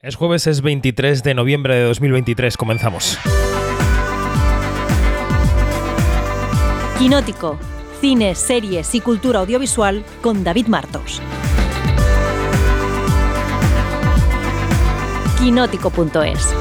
Es jueves, es 23 de noviembre de 2023. Comenzamos. Quinótico. Cine, series y cultura audiovisual con David Martos. Quinótico.es.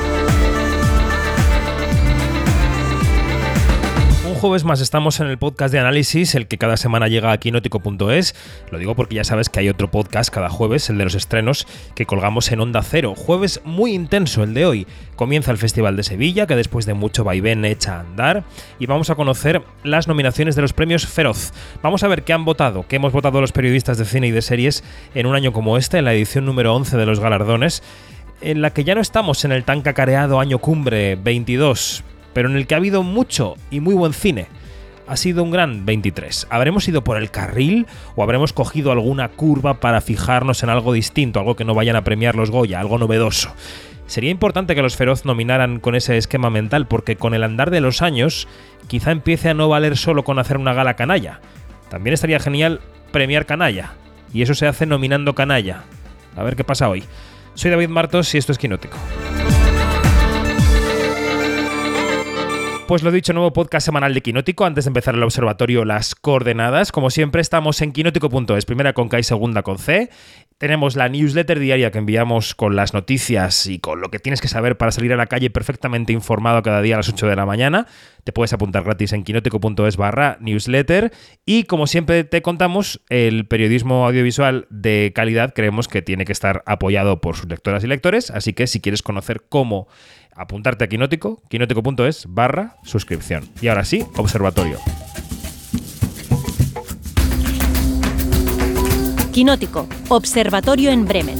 Un jueves más estamos en el podcast de análisis, el que cada semana llega a Quinótico.es. Lo digo porque ya sabes que hay otro podcast cada jueves, el de los estrenos, que colgamos en Onda Cero. Jueves muy intenso el de hoy. Comienza el Festival de Sevilla, que después de mucho vaivén echa a andar, y vamos a conocer las nominaciones de los premios Feroz. Vamos a ver qué han votado, qué hemos votado los periodistas de cine y de series en un año como este, en la edición número 11 de los galardones, en la que ya no estamos en el tan cacareado año cumbre 22, pero en el que ha habido mucho y muy buen cine. Ha sido un gran 23. ¿Habremos ido por el carril o habremos cogido alguna curva para fijarnos en algo distinto, algo que no vayan a premiar los Goya, algo novedoso? Sería importante que los Feroz nominaran con ese esquema mental, porque con el andar de los años quizá empiece a no valer solo con hacer una gala canalla. También estaría genial premiar canalla, y eso se hace nominando canalla. A ver qué pasa hoy. Soy David Martos y esto es Quinótico. Pues lo dicho, nuevo podcast semanal de Quinótico. Antes de empezar el observatorio, las coordenadas. Como siempre, estamos en Quinótico.es, primera con K y segunda con C. Tenemos la newsletter diaria que enviamos con las noticias y con lo que tienes que saber para salir a la calle perfectamente informado cada día a las 8 de la mañana. Te puedes apuntar gratis en quinótico.es/newsletter. Y como siempre te contamos, el periodismo audiovisual de calidad creemos que tiene que estar apoyado por sus lectoras y lectores. Así que si quieres conocer cómo apuntarte a Quinótico, quinótico.es/suscripción. Y ahora sí, observatorio. Quinótico. Observatorio en Bremen.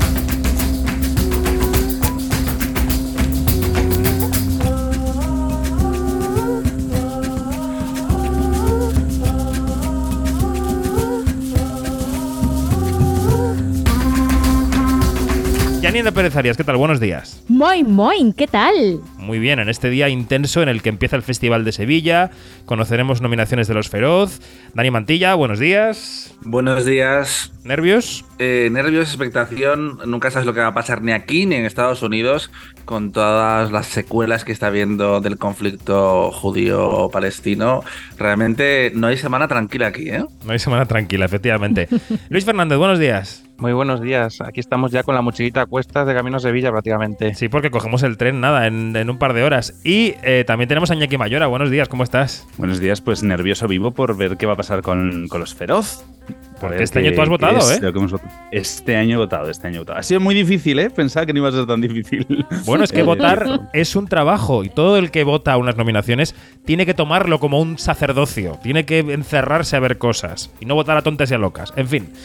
Yanina Pérez Arias, ¿qué tal? Buenos días. Moin, ¿qué tal? Muy bien, en este día intenso en el que empieza el Festival de Sevilla, conoceremos nominaciones de los Feroz. Dani Mantilla, buenos días. Buenos días. ¿Nervios? Nervios, expectación. Nunca sabes lo que va a pasar ni aquí ni en Estados Unidos con todas las secuelas que está habiendo del conflicto judío-palestino. Realmente no hay semana tranquila aquí, ¿eh? No hay semana tranquila, efectivamente. Luis Fernández, buenos días. Muy buenos días. Aquí estamos ya con la mochilita a cuestas de camino a Sevilla prácticamente. Sí, porque cogemos el tren, nada, en un par de horas. Y también tenemos a Iñaki Mayora. Buenos días, ¿cómo estás? Buenos días, pues nervioso vivo por ver qué va a pasar con los Feroz. Porque este año tú has votado, ¿eh? Este año he votado. Ha sido muy difícil, ¿eh? Pensaba que no iba a ser tan difícil. Bueno, es que votar es un trabajo y todo el que vota unas nominaciones tiene que tomarlo como un sacerdocio. Tiene que encerrarse a ver cosas y no votar a tontas y a locas. En fin.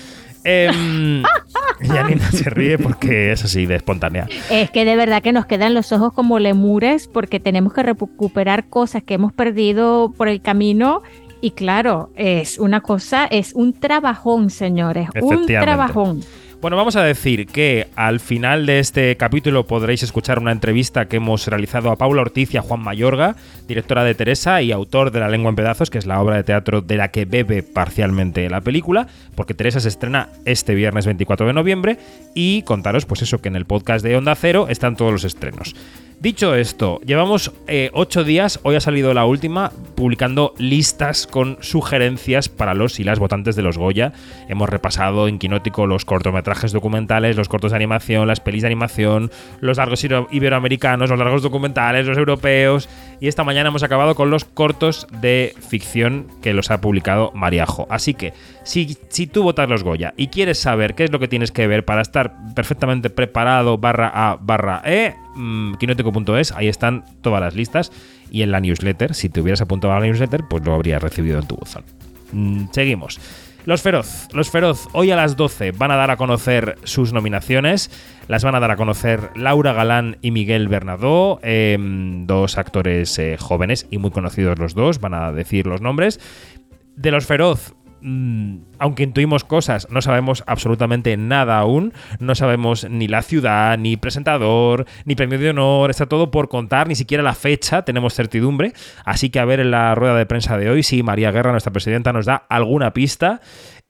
Yanina se ríe porque es así de espontánea. Es que de verdad que nos quedan los ojos como lemures porque tenemos que recuperar cosas que hemos perdido por el camino. Y claro, es una cosa, es un trabajón, señores, un trabajón. Bueno, vamos a decir que al final de este capítulo podréis escuchar una entrevista que hemos realizado a Paula Ortiz y a Juan Mayorga, directora de Teresa y autor de La lengua en pedazos, que es la obra de teatro de la que bebe parcialmente la película, porque Teresa se estrena este viernes 24 de noviembre, y contaros pues eso, que en el podcast de Onda Cero están todos los estrenos. Dicho esto, llevamos 8 días, hoy ha salido la última, publicando listas con sugerencias para los y las votantes de los Goya. Hemos repasado en Quinótico los cortometrajes documentales, los cortos de animación, las pelis de animación, los largos iberoamericanos, los largos documentales, los europeos, y esta mañana hemos acabado con los cortos de ficción que los ha publicado Mariajo. Así que, si tú votas los Goya y quieres saber qué es lo que tienes que ver para estar perfectamente preparado /A/E, Quinótico.es, ahí están todas las listas, y en la newsletter, si te hubieras apuntado a la newsletter, pues lo habrías recibido en tu buzón. Seguimos. Los Feroz, hoy a las 12 van a dar a conocer sus nominaciones. Las van a dar a conocer Laura Galán y Miguel Bernadó, dos actores jóvenes y muy conocidos los dos, van a decir los nombres. De los Feroz, aunque intuimos cosas, no sabemos absolutamente nada aún. No sabemos ni la ciudad, ni presentador, ni premio de honor. Está todo por contar, ni siquiera la fecha tenemos certidumbre. Así que a ver en la rueda de prensa de hoy si María Guerra, nuestra presidenta, nos da alguna pista.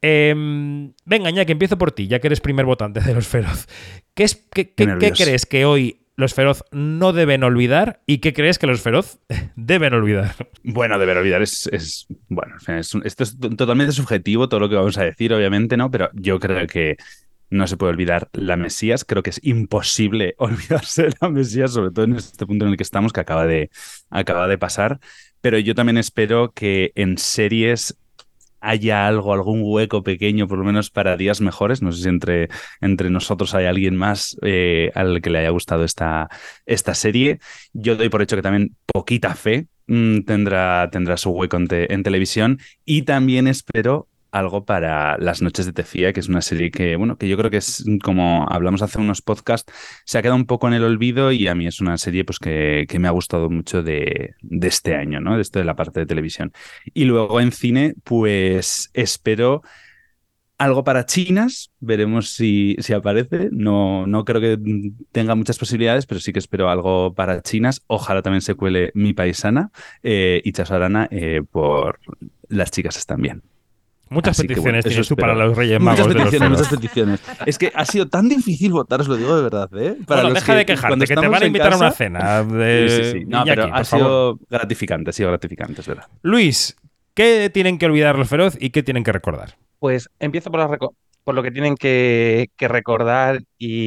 Venga, Iñaki, empiezo por ti, ya que eres primer votante de Los Feroz. ¿Qué crees que hoy Los Feroz no deben olvidar y qué crees que Los Feroz deben olvidar? Bueno, deber olvidar bueno, al final esto es totalmente subjetivo, todo lo que vamos a decir, obviamente, ¿no? Pero yo creo que no se puede olvidar la Mesías. Creo que es imposible olvidarse de la Mesías, sobre todo en este punto en el que estamos, que acaba de pasar. Pero yo también espero que en series haya algún hueco pequeño, por lo menos para días mejores. No sé si entre nosotros hay alguien más al que le haya gustado esta serie. Yo doy por hecho que también Poquita Fe tendrá su hueco en televisión, y también espero algo para Las Noches de Tefía, que es una serie que yo creo que es, como hablamos hace unos podcasts, se ha quedado un poco en el olvido, y a mí es una serie pues que me ha gustado mucho de este año, ¿no? De esto de la parte de televisión. Y luego en cine, pues espero algo para chinas, veremos si aparece. No creo que tenga muchas posibilidades, pero sí que espero algo para chinas. Ojalá también se cuele Mi Paisana y Chaso Arana por Las chicas están bien. Muchas Así peticiones que, tienes tú espero. para los Reyes Magos de Los Feroz. Muchas peticiones. Es que ha sido tan difícil votar, os lo digo de verdad, ¿eh? Para bueno, los deja de quejarte, que te van a invitar a una cena. Sí. No, Iñaki, pero ha favor. sido gratificante, es verdad. Luis, ¿qué tienen que olvidar Los Feroz y qué tienen que recordar? Pues empiezo por lo que tienen que recordar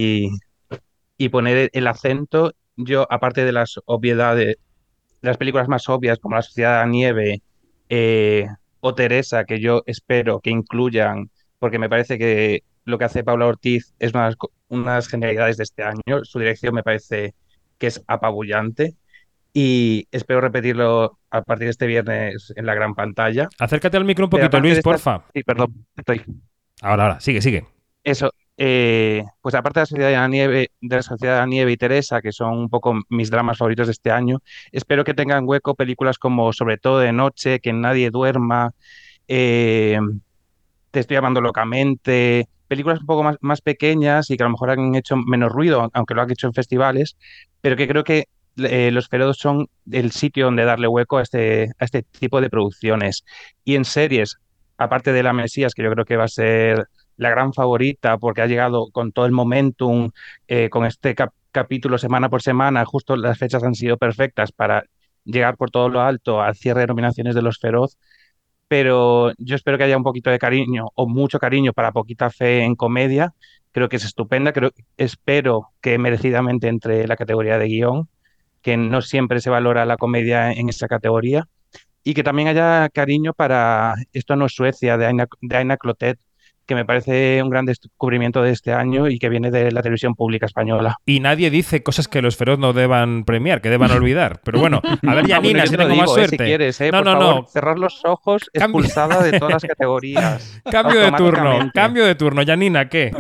y poner el acento. Yo, aparte de las obviedades, las películas más obvias como La Sociedad de la Nieve eh, o Teresa, que yo espero que incluyan, porque me parece que lo que hace Paula Ortiz es unas genialidades de este año. Su dirección me parece que es apabullante y espero repetirlo a partir de este viernes en la gran pantalla. Acércate al micro un Pero poquito, aparte de Luis, estas, porfa. sí, perdón, estoy. Ahora, sigue. Eso, pues aparte de la Sociedad de la Nieve, y Teresa, que son un poco mis dramas favoritos de este año, espero que tengan hueco películas como Sobre todo de noche, Que nadie duerma, eh, Te estoy amando locamente, películas un poco más pequeñas y que a lo mejor han hecho menos ruido, aunque lo han hecho en festivales, pero que creo que Los Feroz son el sitio donde darle hueco a este tipo de producciones. Y en series, aparte de La Mesías, que yo creo que va a ser la gran favorita porque ha llegado con todo el momentum, con este capítulo semana por semana, justo las fechas han sido perfectas para llegar por todo lo alto al cierre de nominaciones de Los Feroz, pero yo espero que haya un poquito de cariño o mucho cariño para Poquita Fe en comedia. Creo que es estupenda, espero que merecidamente entre la categoría de guión, que no siempre se valora la comedia en esa categoría, y que también haya cariño para Esto no es Suecia, de Aina Clotet, que me parece un gran descubrimiento de este año y que viene de la televisión pública española. Y nadie dice cosas que Los Feroz no deban premiar, que deban olvidar. Pero bueno, a ver, Janina, Bueno, yo si te lo tengo digo, más suerte. si quieres, No, por favor, no. cerrar los ojos, expulsada de todas las categorías. Cambio de turno. Janina, ¿qué?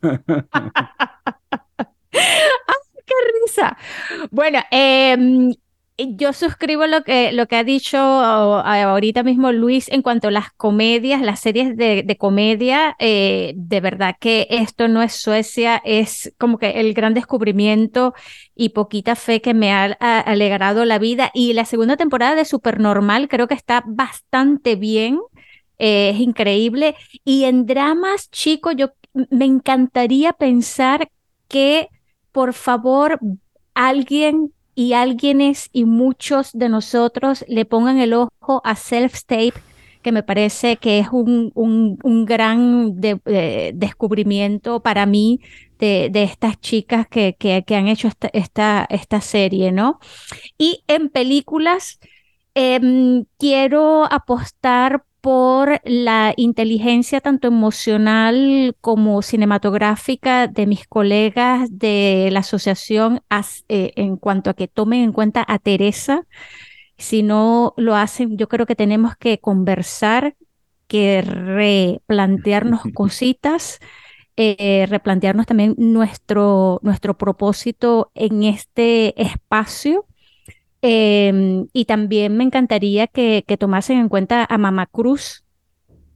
¡Qué risa! Bueno, yo suscribo lo que ha dicho ahorita mismo Luis en cuanto a las comedias, las series de comedia. De verdad que Esto no es Suecia, es como que el gran descubrimiento y Poquita Fe que me ha alegrado la vida. Y la segunda temporada de Supernormal creo que está bastante bien. Es increíble. Y en dramas, chicos, me encantaría pensar que, por favor, alguien y alguienes y muchos de nosotros le pongan el ojo a Self-Tape, que me parece que es un gran descubrimiento para mí de estas chicas que han hecho esta serie, ¿no? Y en películas, quiero apostar por la inteligencia tanto emocional como cinematográfica de mis colegas de la asociación en cuanto a que tomen en cuenta a Teresa. Si no lo hacen, yo creo que tenemos que conversar, que replantearnos cositas, replantearnos también nuestro propósito en este espacio. Y también me encantaría que tomasen en cuenta a Mamá Cruz,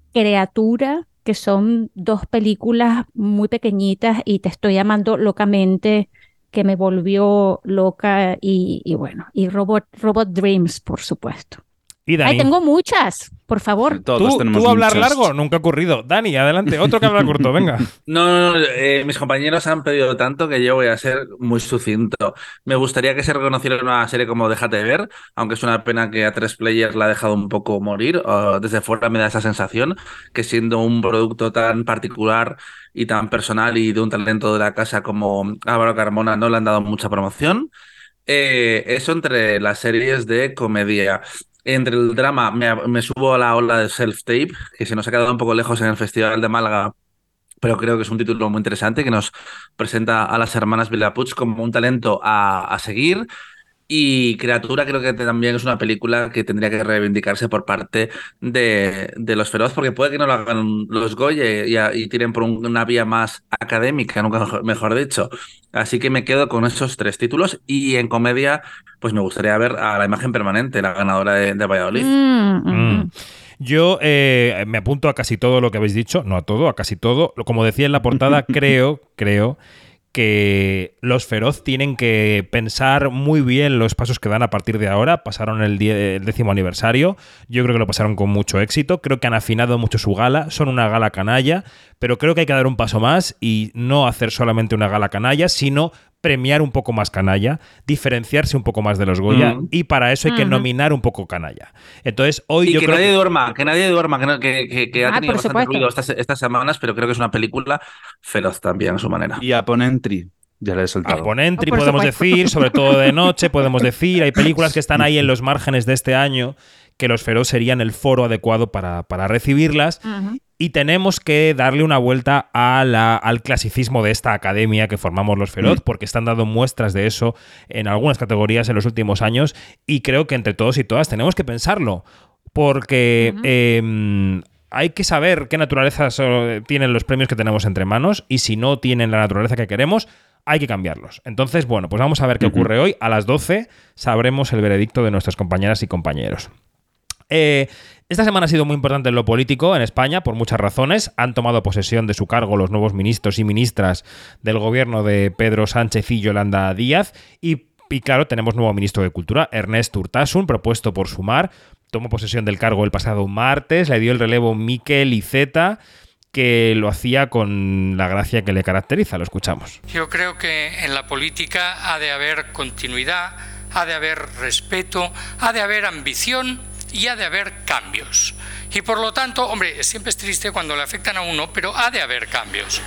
Criatura, que son dos películas muy pequeñitas, y Te estoy amando locamente, que me volvió loca, y bueno, y Robot Dreams, por supuesto. Y Ay, Dani, tengo muchas, por favor. Todos tenemos ¿tú hablar muchos. largo? Nunca ha ocurrido. Dani, adelante, otro que habla corto, venga. No, mis compañeros han pedido tanto que yo voy a ser muy sucinto. Me gustaría que se reconociera una serie como Déjate ver, aunque es una pena que A3 Player la ha dejado un poco morir. Desde fuera me da esa sensación que siendo un producto tan particular y tan personal y de un talento de la casa como Álvaro Carmona no le han dado mucha promoción. Eso entre las series de comedia. Entre el drama me subo a la ola de Self-Tape, que se nos ha quedado un poco lejos en el Festival de Málaga, pero creo que es un título muy interesante que nos presenta a las hermanas Vilapuig como un talento a seguir. Y Criatura creo que también es una película que tendría que reivindicarse por parte de los Feroz, porque puede que no lo hagan los Goya y tiren por una vía más académica, nunca mejor dicho. Así que me quedo con esos tres títulos y en comedia pues me gustaría ver a La imagen permanente, la ganadora de Valladolid. Mm. Yo me apunto a casi todo lo que habéis dicho, no a todo, a casi todo. Como decía en la portada, creo que los Feroz tienen que pensar muy bien los pasos que dan a partir de ahora. Pasaron el 10º aniversario, yo creo que lo pasaron con mucho éxito, creo que han afinado mucho su gala, son una gala canalla, pero creo que hay que dar un paso más y no hacer solamente una gala canalla, sino premiar un poco más canalla, diferenciarse un poco más de los Goya, y para eso hay que nominar un poco canalla. Entonces, hoy y yo que creo nadie duerma, que nadie duerma, que ha tenido por bastante supuesto. ruido estas semanas, pero creo que es una película feroz también a su manera. Y a Ponentry, ya le he A soltado. Ponentry Por podemos supuesto. decir, sobre todo de noche, podemos decir, hay películas que están ahí en los márgenes de este año que los Feroz serían el foro adecuado para recibirlas. Y tenemos que darle una vuelta al clasicismo de esta academia que formamos los Feroz, porque están dando muestras de eso en algunas categorías en los últimos años, y creo que entre todos y todas tenemos que pensarlo, porque hay que saber qué naturaleza tienen los premios que tenemos entre manos, y si no tienen la naturaleza que queremos, hay que cambiarlos. Entonces, bueno, pues vamos a ver qué ocurre hoy. A las 12 sabremos el veredicto de nuestras compañeras y compañeros. Esta semana ha sido muy importante en lo político en España por muchas razones. Han tomado posesión de su cargo los nuevos ministros y ministras del gobierno de Pedro Sánchez y Yolanda Díaz. Y claro, tenemos nuevo ministro de Cultura, Ernest Urtasun, propuesto por Sumar. Tomó posesión del cargo el pasado martes, le dio el relevo Mikel Iceta, que lo hacía con la gracia que le caracteriza. Lo escuchamos. Yo creo que en la política ha de haber continuidad, ha de haber respeto, ha de haber ambición y ha de haber cambios. Y por lo tanto, hombre, siempre es triste cuando le afectan a uno, pero ha de haber cambios.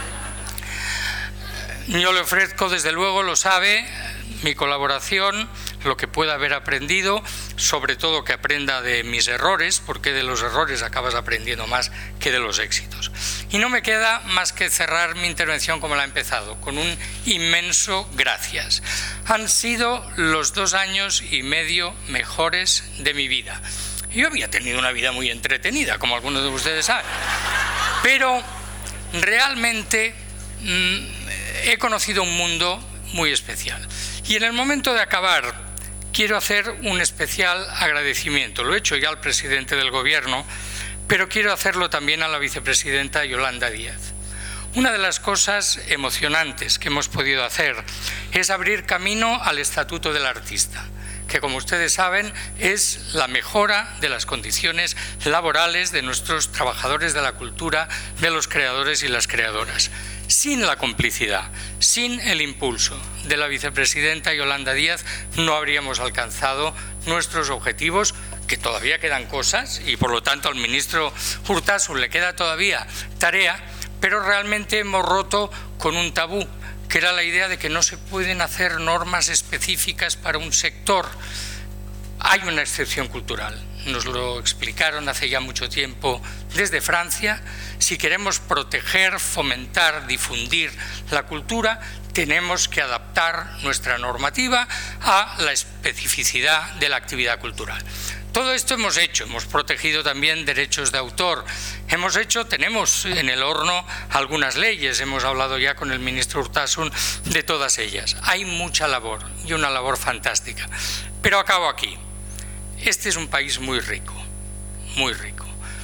Yo le ofrezco, desde luego, lo sabe, mi colaboración, lo que pueda haber aprendido, sobre todo que aprenda de mis errores, porque de los errores acabas aprendiendo más que de los éxitos. Y no me queda más que cerrar mi intervención como la he empezado, con un inmenso gracias. Han sido los 2 años y medio mejores de mi vida. Yo había tenido una vida muy entretenida, como algunos de ustedes saben, pero realmente he conocido un mundo muy especial. Y en el momento de acabar, quiero hacer un especial agradecimiento. Lo he hecho ya al presidente del gobierno, pero quiero hacerlo también a la vicepresidenta Yolanda Díaz. Una de las cosas emocionantes que hemos podido hacer es abrir camino al Estatuto del Artista, que, como ustedes saben, es la mejora de las condiciones laborales de nuestros trabajadores de la cultura, de los creadores y las creadoras. Sin la complicidad, sin el impulso de la vicepresidenta Yolanda Díaz, no habríamos alcanzado nuestros objetivos, que todavía quedan cosas, y por lo tanto al ministro Urtasun le queda todavía tarea, pero realmente hemos roto con un tabú, que era la idea de que no se pueden hacer normas específicas para un sector. Hay una excepción cultural, nos lo explicaron hace ya mucho tiempo desde Francia. Si queremos proteger, fomentar, difundir la cultura, tenemos que adaptar nuestra normativa a la especificidad de la actividad cultural. Todo esto hemos hecho, hemos protegido también derechos de autor, tenemos en el horno algunas leyes, hemos hablado ya con el ministro Urtasun de todas ellas. Hay mucha labor y una labor fantástica. Pero acabo aquí. Este es un país muy rico,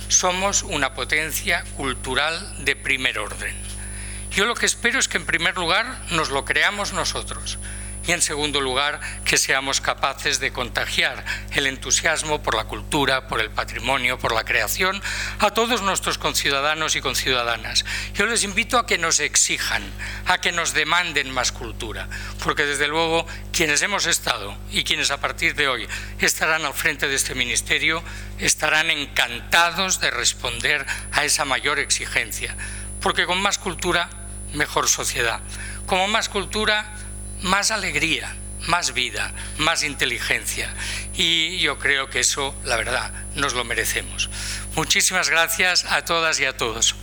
somos una potencia cultural de primer orden. Yo lo que espero es que en primer lugar nos lo creamos nosotros y en segundo lugar que seamos capaces de contagiar el entusiasmo por la cultura, por el patrimonio, por la creación a todos nuestros conciudadanos y conciudadanas. Yo les invito a que nos exijan, a que nos demanden más cultura, porque desde luego quienes hemos estado y quienes a partir de hoy estarán al frente de este ministerio estarán encantados de responder a esa mayor exigencia, porque con más cultura, mejor sociedad. Como más cultura, más alegría, más vida, más inteligencia. Y yo creo que eso, la verdad, nos lo merecemos. Muchísimas gracias a todas y a todos.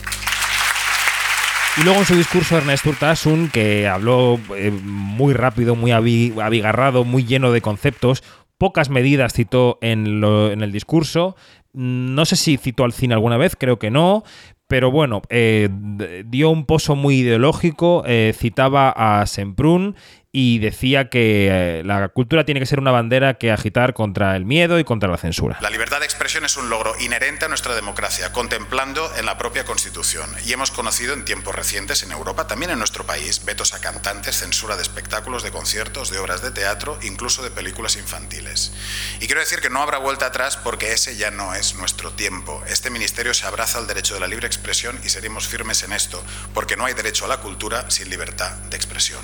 Y luego en su discurso Ernest Urtasun, que habló muy rápido, muy abigarrado, muy lleno de conceptos, pocas medidas citó en el discurso. No sé si citó al cine alguna vez, creo que no. Pero bueno, dio un poso muy ideológico, citaba a Semprún y decía que la cultura tiene que ser una bandera que agitar contra el miedo y contra la censura. La libertad de expresión es un logro inherente a nuestra democracia, contemplando en la propia Constitución. Y hemos conocido en tiempos recientes en Europa, también en nuestro país, vetos a cantantes, censura de espectáculos, de conciertos, de obras de teatro, incluso de películas infantiles. Y quiero decir que no habrá vuelta atrás porque ese ya no es nuestro tiempo. Este ministerio se abraza al derecho de la libre expresión y seremos firmes en esto, porque no hay derecho a la cultura sin libertad de expresión.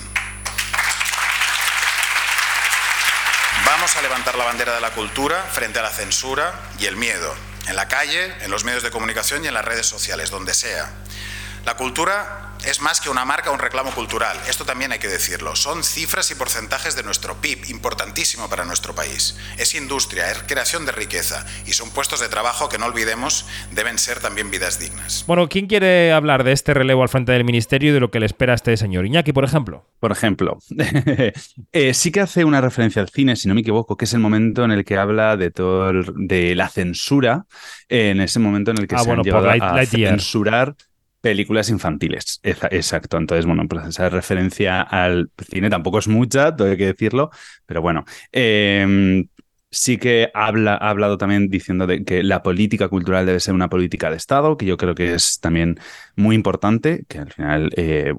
Vamos a levantar la bandera de la cultura frente a la censura y el miedo, en la calle, en los medios de comunicación y en las redes sociales, donde sea. La cultura es más que una marca o un reclamo cultural, esto también hay que decirlo. Son cifras y porcentajes de nuestro PIB, importantísimo para nuestro país. Es industria, es creación de riqueza y son puestos de trabajo que no olvidemos, deben ser también vidas dignas. Bueno, ¿quién quiere hablar de este relevo al frente del ministerio y de lo que le espera a este señor? Iñaki, por ejemplo. Por ejemplo, sí que hace una referencia al cine, si no me equivoco, que es el momento en el que habla de de la censura, en ese momento en el que se han llegado a censurar películas infantiles. Exacto. Entonces, bueno, pues esa referencia al cine tampoco es mucha, todo hay que decirlo, pero bueno. Sí que ha hablado también diciendo de que la política cultural debe ser una política de Estado, que yo creo que es también muy importante, que al final,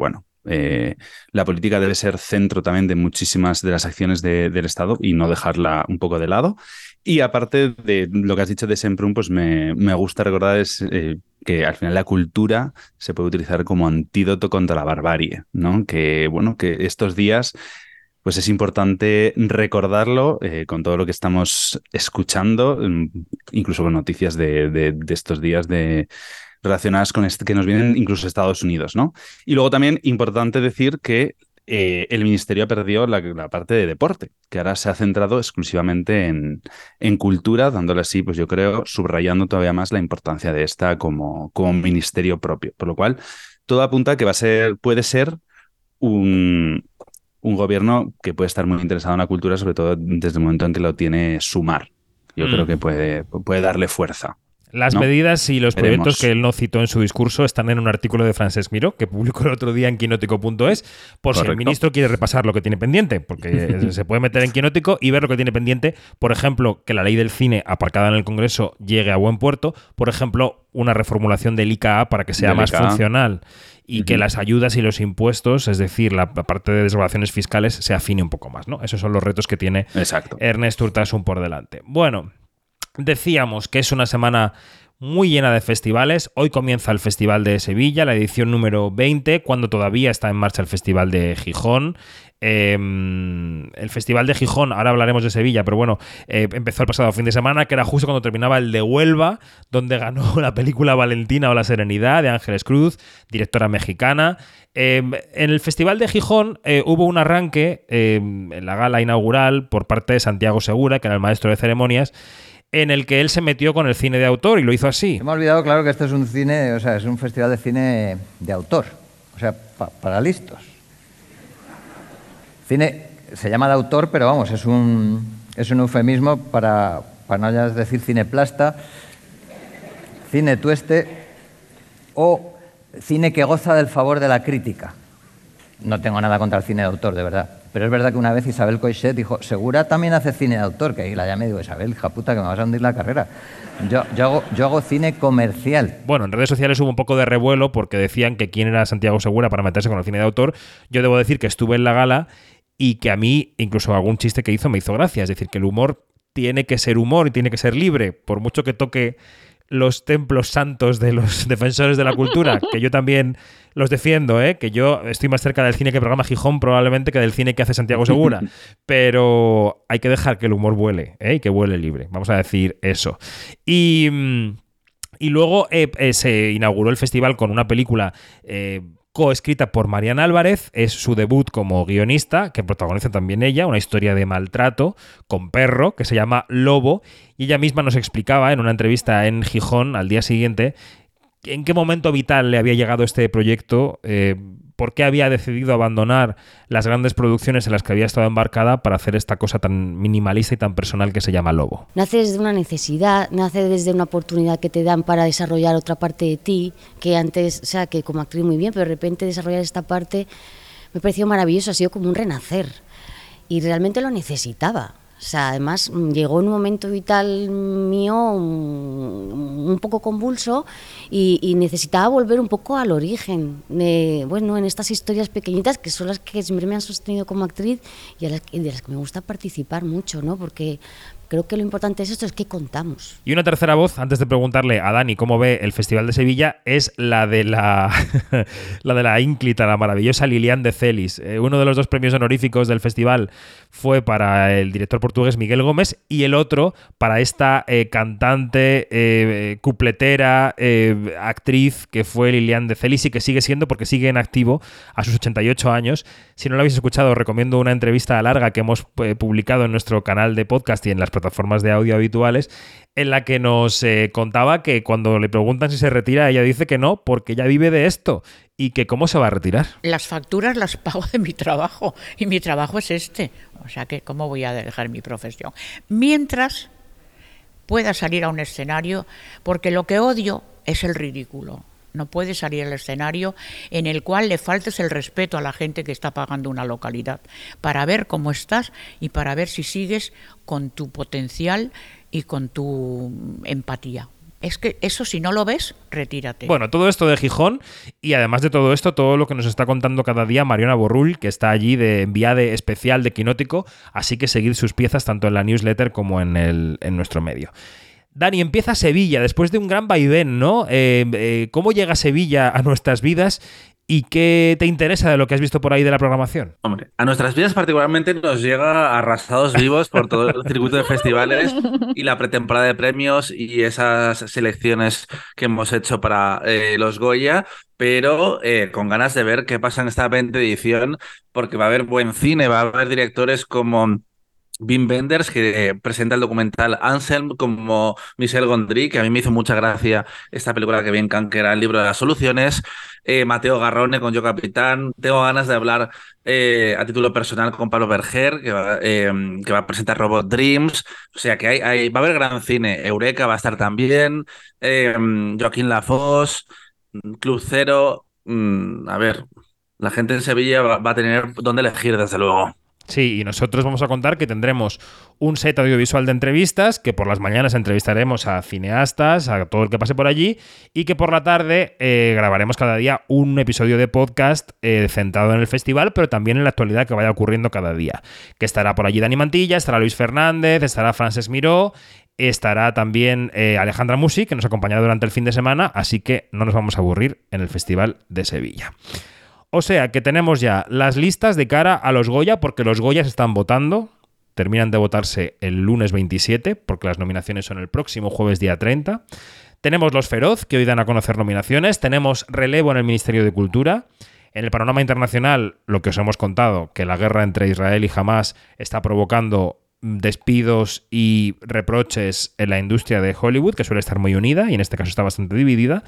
la política debe ser centro también de muchísimas de las acciones del Estado y no dejarla un poco de lado. Y aparte de lo que has dicho de Semprún, pues me gusta recordar que al final la cultura se puede utilizar como antídoto contra la barbarie, ¿no? Que bueno, que estos días pues es importante recordarlo con todo lo que estamos escuchando, incluso con noticias de estos días relacionadas con que nos vienen incluso Estados Unidos, ¿no? Y luego también importante decir que el ministerio ha perdido la parte de deporte, que ahora se ha centrado exclusivamente en cultura, dándole así, pues yo creo, subrayando todavía más la importancia de esta como ministerio propio. Por lo cual, todo apunta a que puede ser un gobierno que puede estar muy interesado en la cultura, sobre todo desde el momento en que lo tiene Sumar. Yo creo que puede darle fuerza. Las medidas y los proyectos que él no citó en su discurso están en un artículo de Francesc Miró, que publicó el otro día en quinótico.es, por si el ministro quiere repasar lo que tiene pendiente, porque se puede meter en Quinótico y ver lo que tiene pendiente. Por ejemplo, que la ley del cine aparcada en el Congreso llegue a buen puerto. Por ejemplo, una reformulación del ICA para que sea más funcional y que las ayudas y los impuestos, es decir, la parte de desgravaciones fiscales, se afine un poco más, ¿no? Esos son los retos que tiene Ernest Urtasun por delante. Bueno, decíamos que es una semana muy llena de festivales. Hoy comienza el Festival de Sevilla, la edición número 20, cuando todavía está en marcha el Festival de Gijón. El Festival de Gijón, ahora hablaremos de Sevilla, pero bueno, empezó el pasado fin de semana, que era justo cuando terminaba el de Huelva, donde ganó la película Valentina o La Serenidad de Ángeles Cruz, directora mexicana. En el Festival de Gijón hubo un arranque en la gala inaugural por parte de Santiago Segura, que era el maestro de ceremonias, en el que él se metió con el cine de autor y lo hizo así. Se me ha olvidado, claro, que este es un cine, o sea, es un festival de cine de autor, o sea, para listos. Cine se llama de autor, pero vamos, es un eufemismo para no ya decir cineplasta, cine tueste o cine que goza del favor de la crítica. No tengo nada contra el cine de autor, de verdad. Pero es verdad que una vez Isabel Coixet dijo, Segura también hace cine de autor, que ahí la llamé y digo, Isabel, hija puta, que me vas a hundir la carrera. Yo hago cine comercial. Bueno, en redes sociales hubo un poco de revuelo porque decían que quién era Santiago Segura para meterse con el cine de autor. Yo debo decir que estuve en la gala y que a mí, incluso algún chiste que hizo me hizo gracia. Es decir, que el humor tiene que ser humor y tiene que ser libre, por mucho que toque los templos santos de los defensores de la cultura, que yo también los defiendo, que yo estoy más cerca del cine que programa Gijón probablemente que del cine que hace Santiago Segura, pero hay que dejar que el humor vuele, y que vuele libre, vamos a decir eso. Y luego se inauguró el festival con una película coescrita por Mariana Álvarez, es su debut como guionista, que protagoniza también ella, una historia de maltrato con perro que se llama Lobo, y ella misma nos explicaba en una entrevista en Gijón al día siguiente en qué momento vital le había llegado este proyecto, por qué había decidido abandonar las grandes producciones en las que había estado embarcada para hacer esta cosa tan minimalista y tan personal que se llama Lobo. Nace desde una necesidad, nace desde una oportunidad que te dan para desarrollar otra parte de ti, que antes, o sea, que como actriz muy bien, pero de repente desarrollar esta parte me pareció maravilloso, ha sido como un renacer y realmente lo necesitaba. O sea, además llegó en un momento vital mío un poco convulso y necesitaba volver un poco al origen, en estas historias pequeñitas que son las que siempre me han sostenido como actriz y de las que me gusta participar mucho, ¿no? Porque creo que lo importante es esto, es que contamos. Y una tercera voz, antes de preguntarle a Dani cómo ve el Festival de Sevilla, es la de la ínclita, la maravillosa Lilian de Celis. Uno de los 2 premios honoríficos del festival fue para el director portugués Miguel Gómez y el otro para esta cantante, cupletera, actriz que fue Lilian de Celis y que sigue siendo, porque sigue en activo a sus 88 años. Si no lo habéis escuchado, os recomiendo una entrevista larga que hemos publicado en nuestro canal de podcast y en las plataformas de audio habituales, en la que nos contaba que cuando le preguntan si se retira, ella dice que no, porque ella vive de esto y que cómo se va a retirar. Las facturas las pago de mi trabajo y mi trabajo es este, o sea que cómo voy a dejar mi profesión mientras pueda salir a un escenario, porque lo que odio es el ridículo. No puedes salir al escenario en el cual le faltes el respeto a la gente que está pagando una localidad, para ver cómo estás y para ver si sigues con tu potencial y con tu empatía. Es que eso, si no lo ves, retírate. Bueno, todo esto de Gijón y además de todo esto, todo lo que nos está contando cada día Mariona Borrull, que está allí de enviada especial de Quinótico, así que seguid sus piezas tanto en la newsletter como en nuestro medio. Dani, empieza Sevilla, después de un gran vaivén, ¿no? ¿Cómo llega Sevilla a nuestras vidas y qué te interesa de lo que has visto por ahí de la programación? Hombre, a nuestras vidas particularmente nos llega arrasados vivos por todo el circuito de festivales y la pretemporada de premios y esas selecciones que hemos hecho para los Goya, pero con ganas de ver qué pasa en esta 20ª edición, porque va a haber buen cine, va a haber directores como Wim Wenders, que presenta el documental Anselm, como Michel Gondry, que a mí me hizo mucha gracia esta película que vi en Cannes, que era El libro de las soluciones, Mateo Garrone con Yo Capitán. Tengo ganas de hablar a título personal con Pablo Berger, que va a presentar Robot Dreams. O sea que va a haber gran cine. Eureka va a estar también, Joaquín Lafosse, Club Cero. A ver, la gente en Sevilla va a tener dónde elegir, desde luego. Sí, y nosotros vamos a contar que tendremos un set audiovisual de entrevistas, que por las mañanas entrevistaremos a cineastas, a todo el que pase por allí, y que por la tarde grabaremos cada día un episodio de podcast centrado en el festival, pero también en la actualidad que vaya ocurriendo cada día. Que estará por allí Dani Mantilla, estará Luis Fernández, estará Frances Miró, estará también Alejandra Musi, que nos acompañará durante el fin de semana, así que no nos vamos a aburrir en el Festival de Sevilla. O sea que tenemos ya las listas de cara a los Goya, porque los Goya se están votando, terminan de votarse el lunes 27, porque las nominaciones son el próximo jueves día 30. Tenemos los Feroz, que hoy dan a conocer nominaciones, tenemos relevo en el Ministerio de Cultura. En el panorama internacional, lo que os hemos contado, que la guerra entre Israel y Hamás está provocando despidos y reproches en la industria de Hollywood, que suele estar muy unida y en este caso está bastante dividida.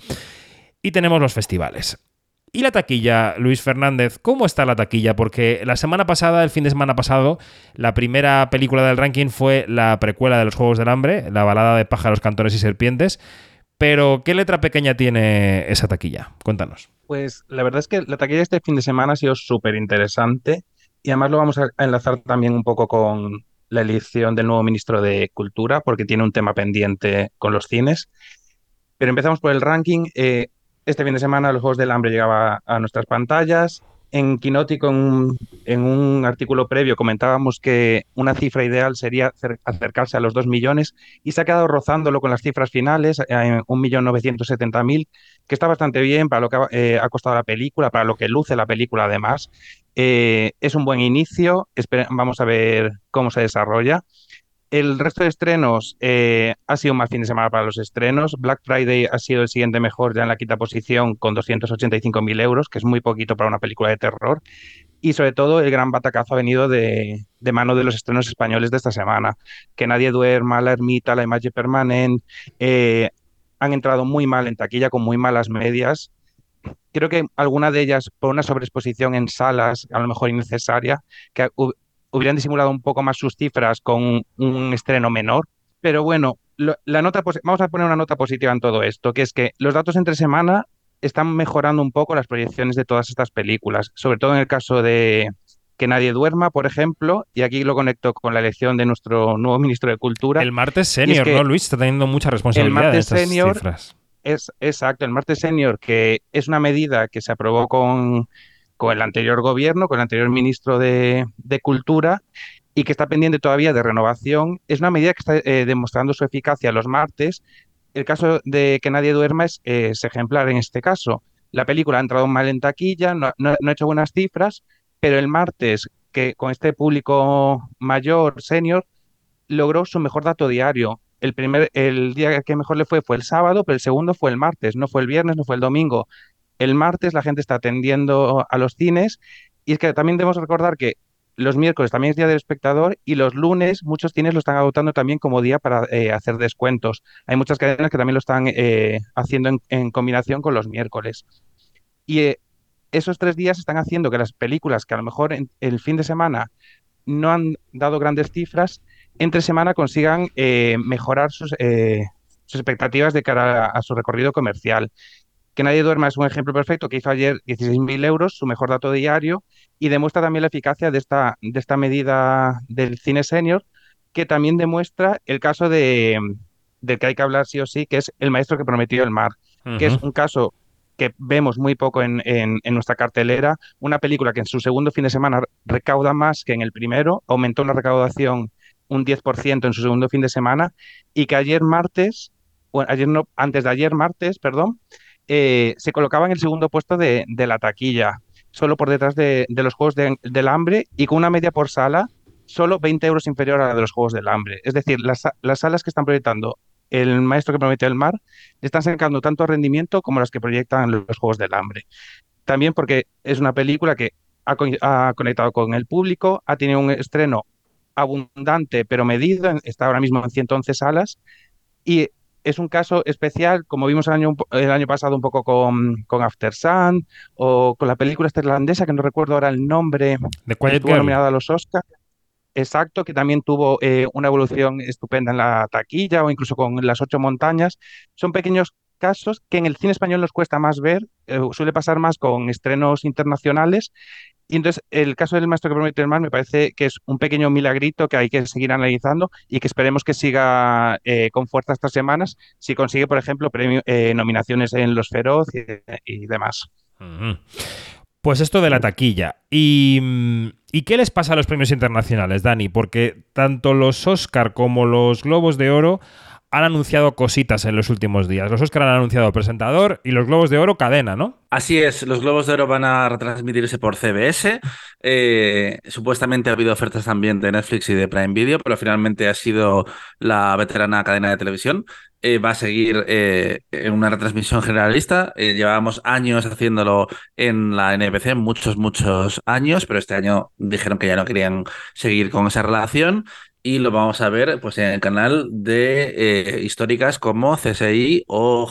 Y tenemos los festivales. ¿Y la taquilla, Luis Fernández? ¿Cómo está la taquilla? Porque la semana pasada, el fin de semana pasado, la primera película del ranking fue la precuela de Los Juegos del Hambre, La balada de pájaros, cantores y serpientes. Pero, ¿qué letra pequeña tiene esa taquilla? Cuéntanos. Pues la verdad es que la taquilla de este fin de semana ha sido súper interesante. Y además lo vamos a enlazar también un poco con la elección del nuevo ministro de Cultura, porque tiene un tema pendiente con los cines. Pero empezamos por el ranking. Este fin de semana los Juegos del Hambre llegaba a nuestras pantallas. En Quinótico, en un artículo previo, comentábamos que una cifra ideal sería acercarse a los 2 millones y se ha quedado rozándolo con las cifras finales, en 1.970.000, que está bastante bien para lo que ha costado la película, para lo que luce la película además. Es un buen inicio, vamos a ver cómo se desarrolla. El resto de estrenos ha sido un mal fin de semana para los estrenos. Black Friday ha sido el siguiente mejor, ya en la quinta posición, con 285.000 euros, que es muy poquito para una película de terror. Y sobre todo, el gran batacazo ha venido de mano de los estrenos españoles de esta semana. Que nadie duerma, La Ermita, La Imagen Permanente, han entrado muy mal en taquilla, con muy malas medias. Creo que alguna de ellas por una sobreexposición en salas, a lo mejor innecesaria, que hubieran disimulado un poco más sus cifras con un estreno menor. Pero bueno, vamos a poner una nota positiva en todo esto, que es que los datos entre semana están mejorando un poco las proyecciones de todas estas películas, sobre todo en el caso de Que nadie duerma, por ejemplo, y aquí lo conecto con la elección de nuestro nuevo ministro de Cultura. El martes Y es senior, que ¿no, Luis? Está teniendo mucha el responsabilidad en martes estas senior cifras. es exacto, el martes senior, que es una medida que se aprobó con el anterior gobierno, con el anterior ministro de Cultura, y que está pendiente todavía de renovación. Es una medida que está demostrando su eficacia los martes. El caso de Que nadie duerma es ejemplar en este caso. La película ha entrado mal en taquilla, no ha hecho buenas cifras, pero el martes, que con este público mayor, senior, logró su mejor dato diario. El día que mejor le fue el sábado, pero el segundo fue el martes, no fue el viernes, no fue el domingo. El martes la gente está atendiendo a los cines, y es que también debemos recordar que los miércoles también es día del espectador, y los lunes muchos cines lo están adoptando también como día para hacer descuentos. Hay muchas cadenas que también lo están haciendo en combinación con los miércoles. Y esos 3 días están haciendo que las películas que a lo mejor en el fin de semana no han dado grandes cifras, entre semana consigan mejorar sus expectativas de cara a su recorrido comercial. Que nadie duerma es un ejemplo perfecto, que hizo ayer 16.000 euros, su mejor dato diario, y demuestra también la eficacia de esta medida del cine senior, que también demuestra el caso del que hay que hablar sí o sí, que es El maestro que prometió el mar, que es un caso que vemos muy poco en nuestra cartelera, una película que en su segundo fin de semana recauda más que en el primero, aumentó la recaudación un 10% en su segundo fin de semana, y que ayer martes, bueno, ayer no, antes de ayer martes, perdón, se colocaba en el segundo puesto de la taquilla, solo por detrás de los Juegos del Hambre, y con una media por sala solo 20 euros inferior a la de los Juegos del Hambre. Es decir, las salas que están proyectando El maestro que prometió el mar están sacando tanto rendimiento como las que proyectan los Juegos del Hambre. También porque es una película que ha conectado con el público, ha tenido un estreno abundante pero medido, está ahora mismo en 111 salas, y es un caso especial, como vimos el año pasado un poco con After Sun, o con la película esta irlandesa, que no recuerdo ahora el nombre, The que Quiet estuvo Girl. nominada a los Oscars. Exacto, que también tuvo una evolución estupenda en la taquilla, o incluso con Las Ocho Montañas. Son pequeños casos que en el cine español nos cuesta más ver, suele pasar más con estrenos internacionales. Y entonces el caso del maestro que prometió el mar me parece que es un pequeño milagrito que hay que seguir analizando, y que esperemos que siga con fuerza estas semanas, si consigue, por ejemplo, nominaciones en Los Feroz y demás. Pues esto de la taquilla. ¿Y qué les pasa a los premios internacionales, Dani? Porque tanto los Oscar como los Globos de Oro han anunciado cositas en los últimos días. Los Oscar han anunciado presentador y los Globos de Oro cadena, ¿no? Así es, los Globos de Oro van a retransmitirse por CBS. Supuestamente ha habido ofertas también de Netflix y de Prime Video, pero finalmente ha sido la veterana cadena de televisión. Va a seguir en una retransmisión generalista. Llevábamos años haciéndolo en la NBC, muchos años, pero este año dijeron que ya no querían seguir con esa relación. Y lo vamos a ver pues en el canal de históricas como CSI o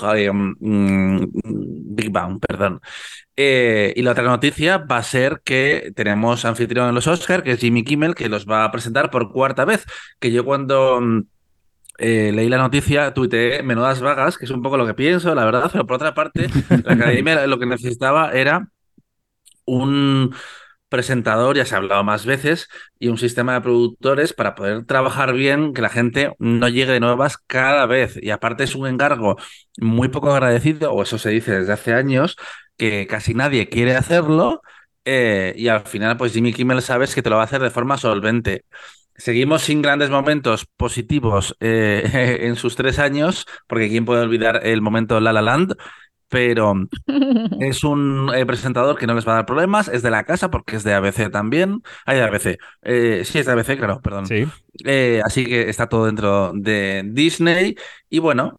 Big Bang, perdón. Y la otra noticia va a ser que tenemos anfitrión en los Oscar, que es Jimmy Kimmel, que los va a presentar por cuarta vez. Que yo cuando leí la noticia tuiteé menudas vagas, que es un poco lo que pienso, la verdad, pero por otra parte, la academia lo que necesitaba era un presentador, ya se ha hablado más veces, y un sistema de productores para poder trabajar bien, que la gente no llegue de nuevas cada vez. Y aparte es un encargo muy poco agradecido, o eso se dice desde hace años, que casi nadie quiere hacerlo, y al final pues Jimmy Kimmel sabes que te lo va a hacer de forma solvente. Seguimos sin grandes momentos positivos en sus 3 años, porque quién puede olvidar el momento La La Land, pero es un presentador que no les va a dar problemas, es de la casa porque es de ABC también. Hay de ABC. Sí, es de ABC, claro, perdón. Sí. Así que está todo dentro de Disney. Y bueno,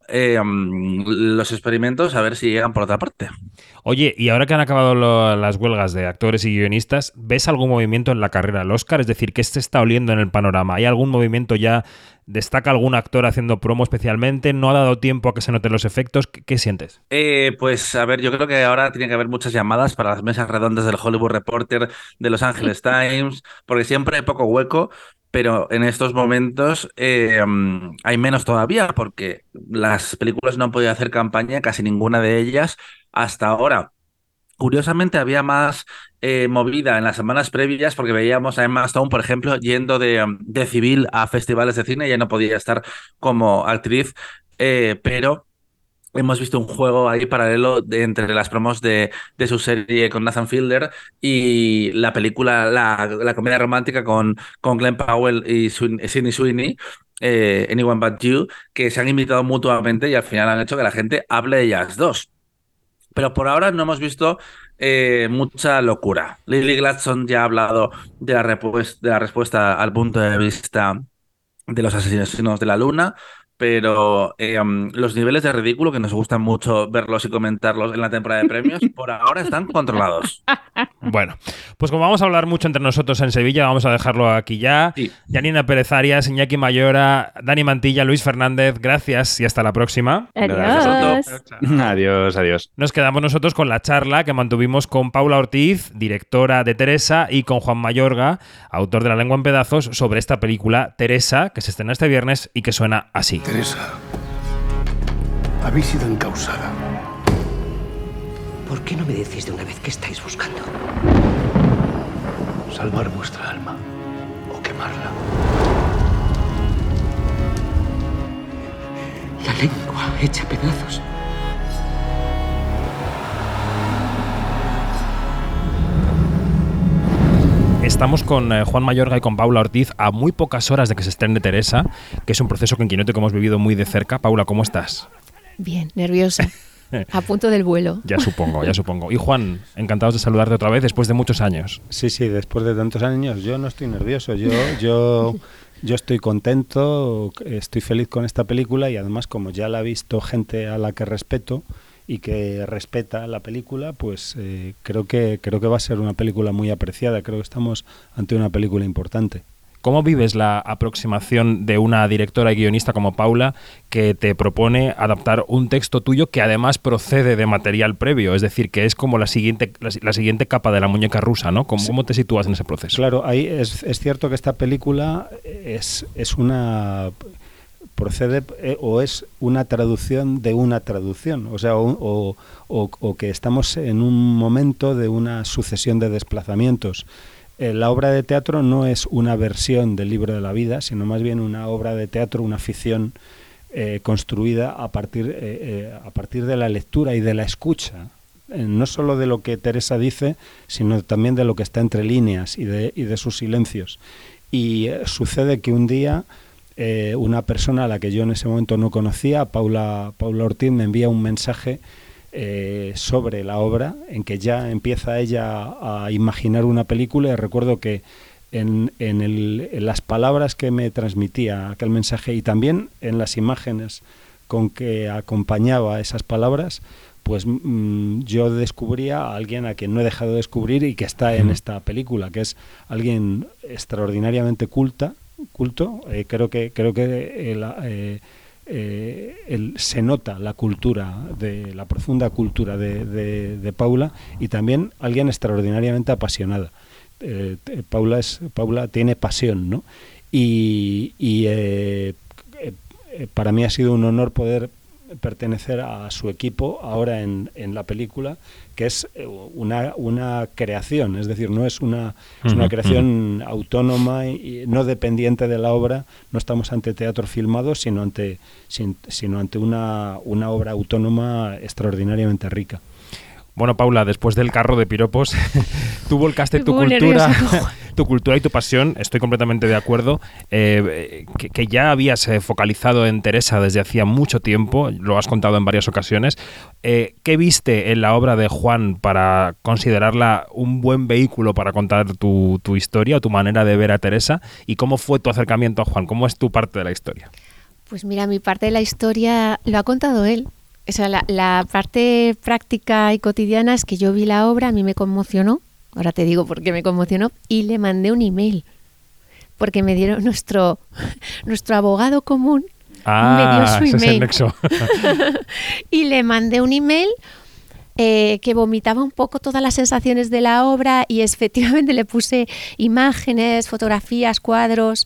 los experimentos a ver si llegan por otra parte. Oye, y ahora que han acabado las huelgas de actores y guionistas, ¿ves algún movimiento en la carrera al Oscar? Es decir, ¿qué se está oliendo en el panorama? ¿Hay algún movimiento ya? ¿Destaca algún actor haciendo promo especialmente? ¿No ha dado tiempo a que se noten los efectos? ¿Qué sientes? Pues a ver, yo creo que ahora tiene que haber muchas llamadas para las mesas redondas del Hollywood Reporter, de Los Angeles Times, porque siempre hay poco hueco, pero en estos momentos hay menos todavía, porque las películas no han podido hacer campaña, casi ninguna de ellas, hasta ahora. Curiosamente había más movida en las semanas previas porque veíamos a Emma Stone, por ejemplo, yendo de civil a festivales de cine, ya no podía estar como actriz, pero hemos visto un juego ahí paralelo entre las promos de su serie con Nathan Fielder y la película, la comedia romántica con Glenn Powell y Sydney Sweeney, Anyone But You, que se han invitado mutuamente y al final han hecho que la gente hable de ellas dos. Pero por ahora no hemos visto mucha locura. Lily Gladstone ya ha hablado de la respuesta al punto de vista de los asesinos de la luna, pero los niveles de ridículo, que nos gustan mucho verlos y comentarlos en la temporada de premios, por ahora están controlados. Bueno, pues como vamos a hablar mucho entre nosotros en Sevilla, vamos a dejarlo aquí ya. Sí. Janina Pérez Arias, Iñaki Mayora, Dani Mantilla, Luis Fernández, gracias y hasta la próxima. Adiós. Adiós, adiós. Nos quedamos nosotros con la charla que mantuvimos con Paula Ortiz, directora de Teresa, y con Juan Mayorga, autor de La lengua en pedazos, sobre esta película Teresa, que se estrena este viernes y que suena así. Teresa, habéis sido encausada. ¿Por qué no me decís de una vez qué estáis buscando? Salvar vuestra alma o quemarla. La lengua hecha pedazos. Estamos con Juan Mayorga y con Paula Ortiz a muy pocas horas de que se estrene Teresa, que es un proceso que en Quinote que hemos vivido muy de cerca. Paula, ¿cómo estás? Bien, nerviosa. A punto del vuelo. Ya supongo, ya supongo. Y Juan, encantados de saludarte otra vez después de muchos años. Sí, después de tantos años. Yo no estoy nervioso. Yo estoy contento, estoy feliz con esta película y además como ya la ha visto gente a la que respeto y que respeta la película, pues creo que va a ser una película muy apreciada. Creo que estamos ante una película importante. ¿Cómo vives la aproximación de una directora y guionista como Paula que te propone adaptar un texto tuyo que además procede de material previo? Es decir, que es como la siguiente capa de la muñeca rusa, ¿no? ¿Cómo te sitúas en ese proceso? Claro, ahí es cierto que esta película es una... procede o es una traducción de una traducción, o sea, o que estamos en un momento de una sucesión de desplazamientos. La obra de teatro no es una versión del libro de la vida, sino más bien una obra de teatro, una ficción construida a partir de la lectura y de la escucha, no solo de lo que Teresa dice, sino también de lo que está entre líneas y de sus silencios. Y sucede que un día una persona a la que yo en ese momento no conocía, Paula Ortiz, me envía un mensaje sobre la obra, en que ya empieza ella a imaginar una película, y recuerdo que en las palabras que me transmitía aquel mensaje y también en las imágenes con que acompañaba esas palabras, pues yo descubría a alguien a quien no he dejado de descubrir y que está en esta película, que es alguien extraordinariamente culto. Creo que se nota la cultura, la profunda cultura de Paula, y también alguien extraordinariamente apasionada. Paula tiene pasión, ¿no? Y para mí ha sido un honor poder pertenecer a su equipo ahora en la película, que es una creación, es decir, no es una creación autónoma y no dependiente de la obra. No estamos ante teatro filmado, sino ante una obra autónoma extraordinariamente rica. Bueno, Paula, después del carro de piropos, tú volcaste tu cultura y tu pasión, estoy completamente de acuerdo, que ya habías focalizado en Teresa desde hacía mucho tiempo, lo has contado en varias ocasiones. ¿Qué viste en la obra de Juan para considerarla un buen vehículo para contar tu historia o tu manera de ver a Teresa? ¿Y cómo fue tu acercamiento a Juan? ¿Cómo es tu parte de la historia? Pues mira, mi parte de la historia lo ha contado él. O sea, la parte práctica y cotidiana es que yo vi la obra, a mí me conmocionó, ahora te digo por qué me conmocionó, y le mandé un email, porque me dieron nuestro abogado común, me dio su email. Ese es el nexo. Y le mandé un email que vomitaba un poco todas las sensaciones de la obra, y efectivamente le puse imágenes, fotografías, cuadros,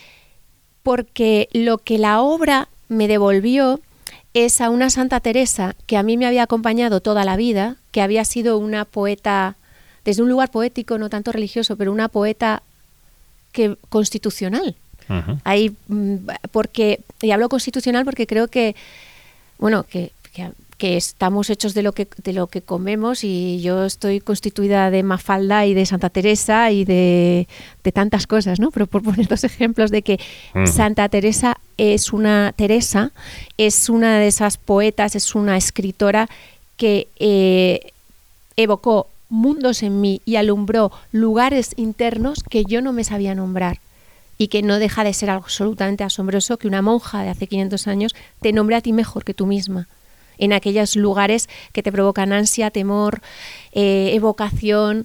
porque lo que la obra me devolvió es a una Santa Teresa que a mí me había acompañado toda la vida, que había sido una poeta, desde un lugar poético, no tanto religioso, pero una poeta constitucional. Uh-huh. Ahí, y hablo constitucional porque creo que, bueno, que estamos hechos de lo que comemos, y yo estoy constituida de Mafalda y de Santa Teresa y de tantas cosas, ¿no? Pero por poner dos ejemplos de que Santa Teresa es una de esas poetas, es una escritora que evocó mundos en mí y alumbró lugares internos que yo no me sabía nombrar. Y que no deja de ser algo absolutamente asombroso que una monja de hace 500 años te nombre a ti mejor que tú misma, en aquellos lugares que te provocan ansia, temor, evocación,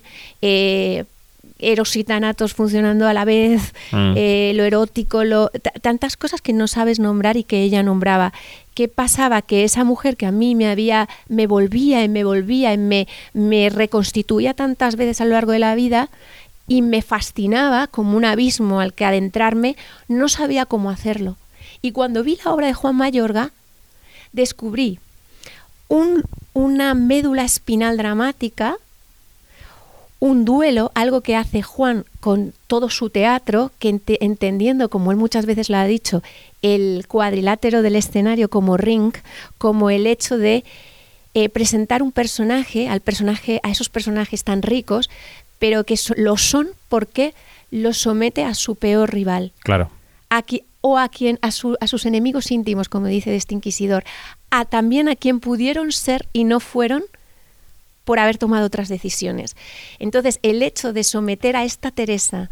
eros y tanatos funcionando a la vez, lo erótico, tantas cosas que no sabes nombrar y que ella nombraba. ¿Qué pasaba? Que esa mujer que a mí me reconstituía tantas veces a lo largo de la vida y me fascinaba como un abismo al que adentrarme, no sabía cómo hacerlo. Y cuando vi la obra de Juan Mayorga, descubrí una médula espinal dramática, un duelo, algo que hace Juan con todo su teatro, que entendiendo, como él muchas veces lo ha dicho, el cuadrilátero del escenario como ring, como el hecho de presentar un personaje, a esos personajes tan ricos, pero que lo son porque los somete a su peor rival. Claro. A sus enemigos íntimos, como dice este inquisidor, también a quien pudieron ser y no fueron por haber tomado otras decisiones. Entonces, el hecho de someter a esa Teresa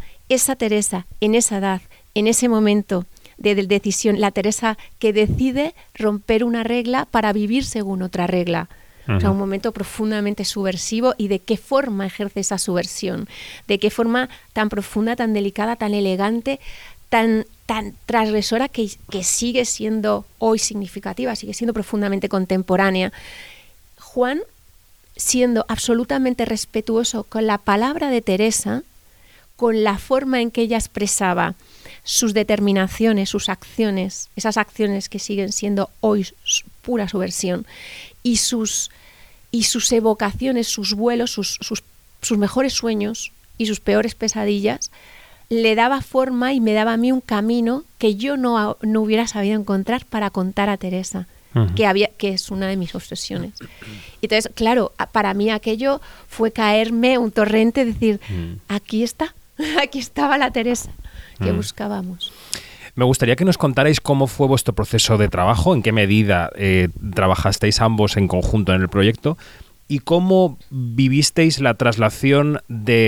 en esa edad, en ese momento de decisión, la Teresa que decide romper una regla para vivir según otra regla. O sea, un momento profundamente subversivo, y de qué forma ejerce esa subversión, de qué forma tan profunda, tan delicada, tan elegante, tan transgresora, que sigue siendo hoy significativa, sigue siendo profundamente contemporánea. Juan, siendo absolutamente respetuoso con la palabra de Teresa, con la forma en que ella expresaba sus determinaciones, sus acciones, esas acciones que siguen siendo hoy pura subversión, y sus evocaciones, sus vuelos, sus mejores sueños y sus peores pesadillas, le daba forma y me daba a mí un camino que yo no hubiera sabido encontrar para contar a Teresa, que es una de mis obsesiones. Entonces, claro, para mí aquello fue caerme un torrente, decir, aquí estaba la Teresa que buscábamos. Me gustaría que nos contarais cómo fue vuestro proceso de trabajo, en qué medida trabajasteis ambos en conjunto en el proyecto, y cómo vivisteis la traslación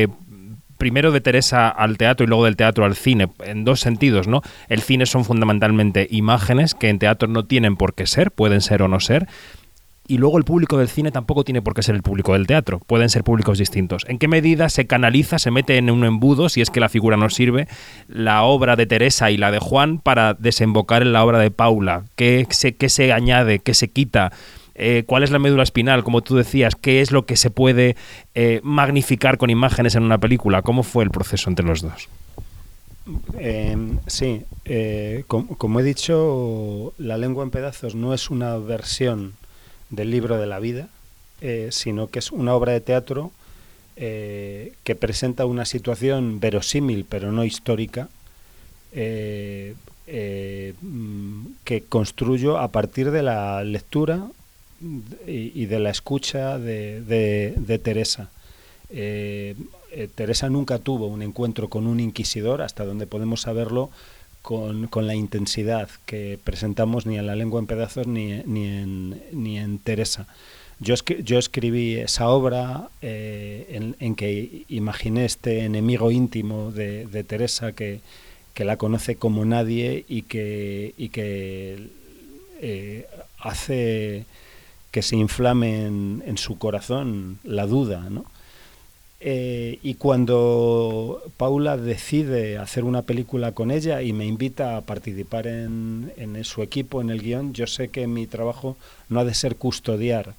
primero de Teresa al teatro y luego del teatro al cine, en dos sentidos, ¿no? El cine son fundamentalmente imágenes que en teatro no tienen por qué ser, pueden ser o no ser, y luego el público del cine tampoco tiene por qué ser el público del teatro, pueden ser públicos distintos. ¿En qué medida se canaliza, se mete en un embudo, si es que la figura nos sirve, la obra de Teresa y la de Juan para desembocar en la obra de Paula? ¿Qué se añade, qué se quita? ¿Cuál es la médula espinal, como tú decías? ¿Qué es lo que se puede magnificar con imágenes en una película? ¿Cómo fue el proceso entre los dos? Sí, Como he dicho, La lengua en pedazos no es una versión del libro de la vida, sino que es una obra de teatro que presenta una situación verosímil, pero no histórica, que construyo a partir de la lectura y de la escucha de Teresa. Teresa nunca tuvo un encuentro con un inquisidor, hasta donde podemos saberlo, con la intensidad que presentamos ni en La lengua en pedazos ni en Teresa. Yo escribí esa obra en que imaginé este enemigo íntimo de Teresa que la conoce como nadie y que hace que se inflame en su corazón la duda, ¿no? Y cuando Paula decide hacer una película con ella y me invita a participar en su equipo, en el guión, yo sé que mi trabajo no ha de ser custodiar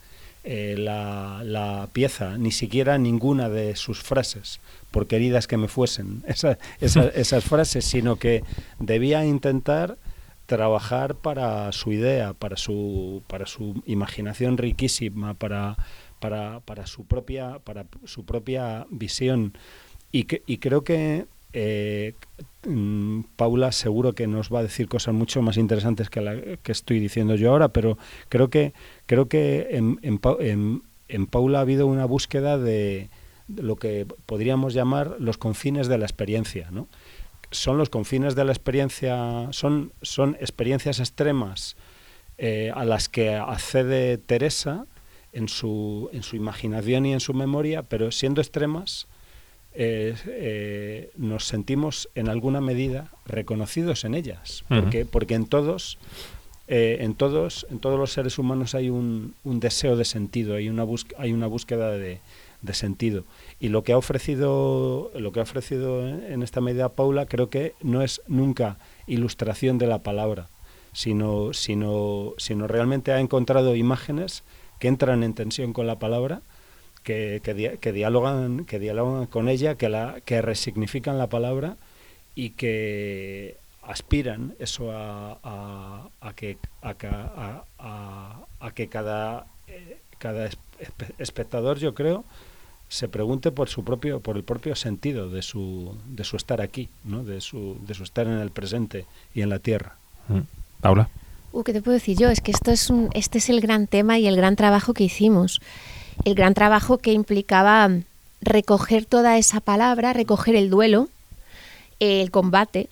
la pieza, ni siquiera ninguna de sus frases, por queridas que me fuesen esas frases, sino que debía intentar trabajar para su idea, para su imaginación riquísima, para su propia visión, y creo que Paula seguro que nos va a decir cosas mucho más interesantes que la que estoy diciendo yo ahora, pero creo que en Paula ha habido una búsqueda de lo que podríamos llamar los confines de la experiencia, ¿no? Son los confines de la experiencia, son experiencias extremas a las que accede Teresa en su imaginación y en su memoria, pero siendo extremas nos sentimos en alguna medida reconocidos en ellas, porque en todos los seres humanos hay un deseo de sentido, hay una búsqueda de sentido, y lo que ha ofrecido en esta medida Paula creo que no es nunca ilustración de la palabra, sino realmente ha encontrado imágenes que entran en tensión con la palabra, que dialogan con ella, que resignifican la palabra y que aspiran eso a que cada espectador, yo creo, se pregunte por el propio sentido de su estar aquí, ¿no? de su estar en el presente y en la tierra. Paula. ¿Qué te puedo decir yo? Es que este es el gran tema y el gran trabajo que hicimos. El gran trabajo que implicaba recoger toda esa palabra, recoger el duelo, el combate,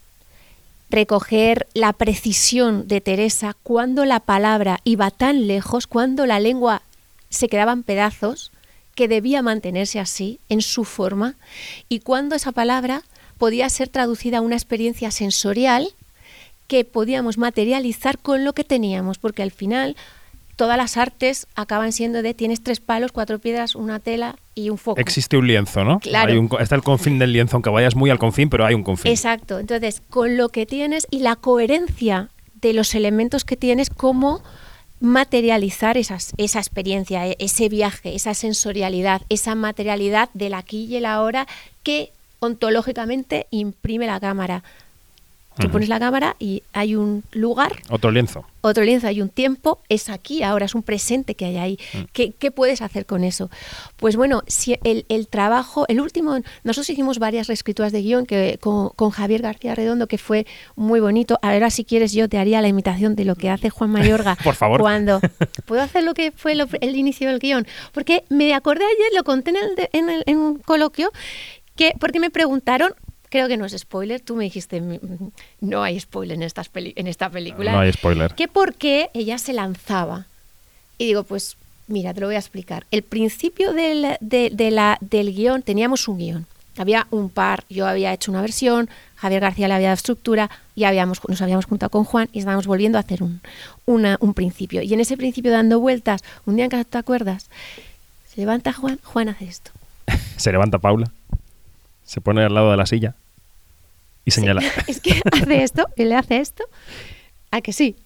recoger la precisión de Teresa cuando la palabra iba tan lejos, cuando la lengua se quedaba en pedazos, que debía mantenerse así, en su forma, y cuando esa palabra podía ser traducida a una experiencia sensorial que podíamos materializar con lo que teníamos, porque al final todas las artes acaban siendo tienes 3 palos, 4 piedras, una tela y un foco. Existe un lienzo, ¿no? Claro. Está el confín del lienzo, aunque vayas muy al confín, pero hay un confín. Exacto. Entonces, con lo que tienes y la coherencia de los elementos que tienes, cómo materializar esa experiencia, ese viaje, esa sensorialidad, esa materialidad del aquí y el ahora que ontológicamente imprime la cámara. Tú pones la cámara y hay un lugar. Otro lienzo, hay un tiempo, es aquí, ahora es un presente que hay ahí. ¿Qué puedes hacer con eso? Pues bueno, si el trabajo, el último, nosotros hicimos varias reescrituras de guión con Javier García Redondo, que fue muy bonito. Ahora, si quieres, yo te haría la imitación de lo que hace Juan Mayorga. Por favor. Cuando puedo hacer lo que fue el inicio del guión. Porque me acordé ayer, lo conté en un coloquio, porque me preguntaron. Creo que no es spoiler, tú me dijiste, no hay spoiler en esta película. No hay spoiler. Que por qué ella se lanzaba. Y digo, pues mira, te lo voy a explicar. El principio del guión, teníamos un guión. Había un par, yo había hecho una versión, Javier García le había dado estructura y nos habíamos juntado con Juan y estábamos volviendo a hacer un principio. Y en ese principio, dando vueltas, un día en que te acuerdas, se levanta Juan hace esto. Se levanta Paula. Se pone al lado de la silla y señala. Sí, es que hace esto, él le hace esto. ¿A que sí?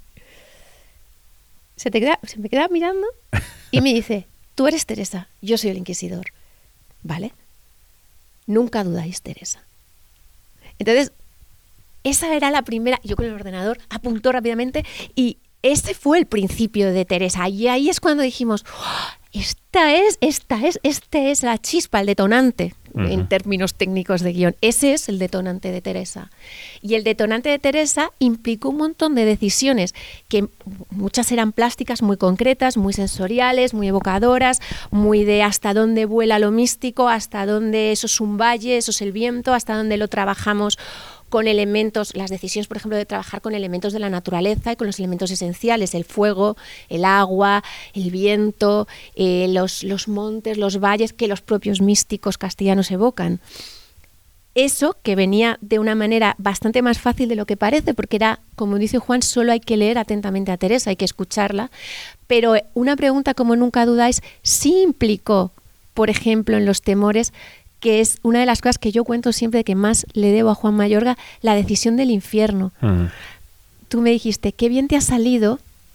Se me queda mirando y me dice, tú eres Teresa, yo soy el inquisidor. ¿Vale? Nunca dudáis, Teresa. Entonces, esa era la primera. Yo con el ordenador apuntó rápidamente y ese fue el principio de Teresa. Y ahí es cuando dijimos, esta es la chispa, el detonante, en términos técnicos de guión. Ese es el detonante de Teresa. Y el detonante de Teresa implicó un montón de decisiones, que muchas eran plásticas, muy concretas, muy sensoriales, muy evocadoras, muy de hasta dónde vuela lo místico, hasta dónde eso es un valle, eso es el viento, hasta dónde lo trabajamos con elementos, las decisiones, por ejemplo, de trabajar con elementos de la naturaleza y con los elementos esenciales, el fuego, el agua, el viento, los montes, los valles que los propios místicos castellanos evocan. Eso que venía de una manera bastante más fácil de lo que parece, porque era, como dice Juan, solo hay que leer atentamente a Teresa, hay que escucharla, pero una pregunta, como nunca dudáis, sí implicó, por ejemplo, en Los temores, que es una de las cosas que yo cuento siempre que más le debo a Juan Mayorga, la decisión del infierno. Tú me dijiste, qué bien te ha salido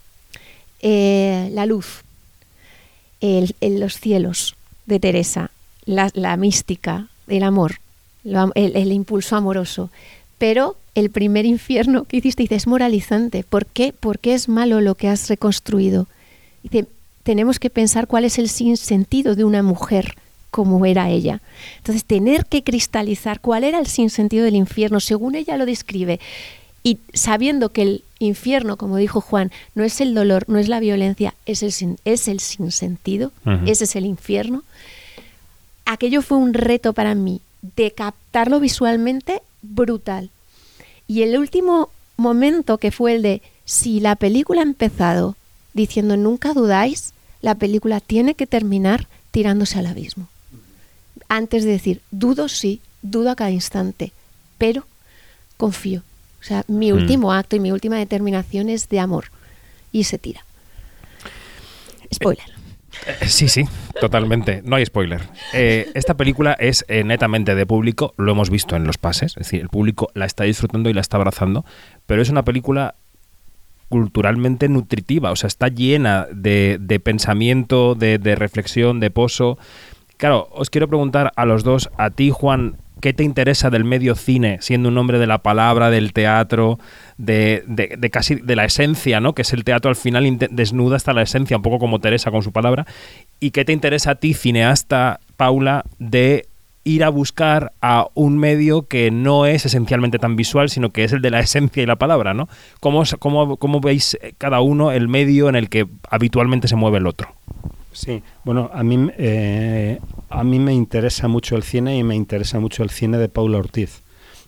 la luz, los cielos de Teresa, la mística, el amor, el impulso amoroso. Pero el primer infierno que hiciste, dices, es moralizante. ¿Por qué? Porque es malo lo que has reconstruido. Dice, tenemos que pensar cuál es el sinsentido de una mujer como era ella. Entonces, tener que cristalizar cuál era el sinsentido del infierno, según ella lo describe, y sabiendo que el infierno, como dijo Juan, no es el dolor, no es la violencia, es el sinsentido, ese es el infierno. Aquello fue un reto para mí, de captarlo visualmente, brutal. Y el último momento, que fue el de, si la película ha empezado diciendo nunca dudáis, la película tiene que terminar tirándose al abismo. Antes de decir, dudo sí, dudo a cada instante, pero confío. O sea, mi último acto y mi última determinación es de amor. Y se tira. Spoiler. Sí, totalmente. No hay spoiler. Esta película es netamente de público, lo hemos visto en los pases, es decir, el público la está disfrutando y la está abrazando, pero es una película culturalmente nutritiva, o sea, está llena de pensamiento, de reflexión, de pozo. Claro, os quiero preguntar a los dos, a ti, Juan, ¿qué te interesa del medio cine, siendo un hombre de la palabra, del teatro, de casi de la esencia, ¿no? Que es el teatro al final desnuda hasta la esencia, un poco como Teresa con su palabra. ¿Y qué te interesa a ti, cineasta, Paula, de ir a buscar a un medio que no es esencialmente tan visual, sino que es el de la esencia y la palabra, ¿no? ¿Cómo veis cada uno el medio en el que habitualmente se mueve el otro? Sí, bueno, a mí me interesa mucho el cine y me interesa mucho el cine de Paula Ortiz.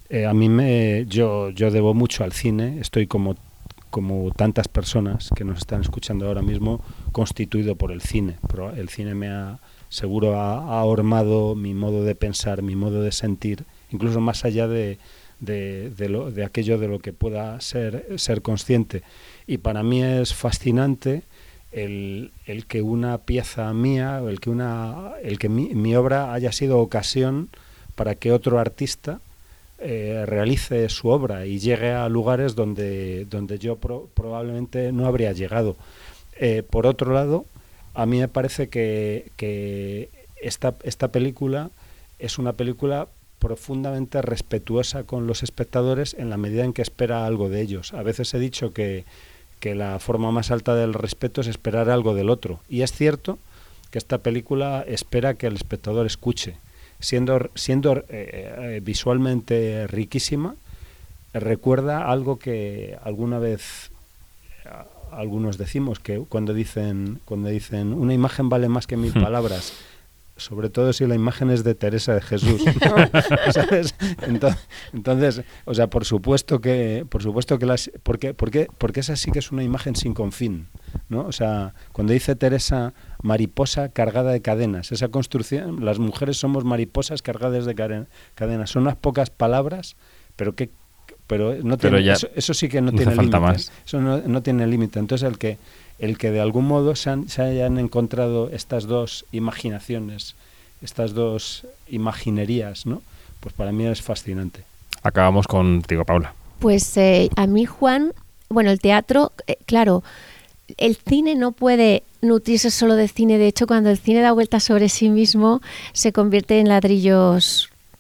Yo debo mucho al cine, estoy como tantas personas que nos están escuchando ahora mismo, constituido por el cine. Pero el cine seguro ha ahormado mi modo de pensar, mi modo de sentir, incluso más allá de aquello de lo que pueda ser consciente. Y para mí es fascinante el que una pieza mía, el que mi obra haya sido ocasión para que otro artista realice su obra y llegue a lugares donde yo probablemente no habría llegado. Por otro lado, a mí me parece que esta película es una película profundamente respetuosa con los espectadores en la medida en que espera algo de ellos. A veces he dicho que la forma más alta del respeto es esperar algo del otro. Y es cierto que esta película espera que el espectador escuche. Siendo visualmente riquísima, recuerda algo que alguna vez algunos decimos, que cuando dicen una imagen vale más que 1000 palabras, sobre todo si la imagen es de Teresa de Jesús, ¿sabes? Entonces, o sea, por supuesto que porque esa sí que es una imagen sin confín, ¿no? O sea, cuando dice Teresa mariposa cargada de cadenas, esa construcción, las mujeres somos mariposas cargadas de cadenas, son unas pocas palabras, pero no tiene, eso sí que no tiene límite. Eso no tiene límite. Entonces el que de algún modo se hayan encontrado estas dos imaginaciones, estas dos imaginerías, ¿no? Pues para mí es fascinante. Acabamos contigo, Paula. Pues a mí, Juan, bueno, el teatro, claro, el cine no puede nutrirse solo de cine. De hecho, cuando el cine da vueltas sobre sí mismo, se convierte en ladrillos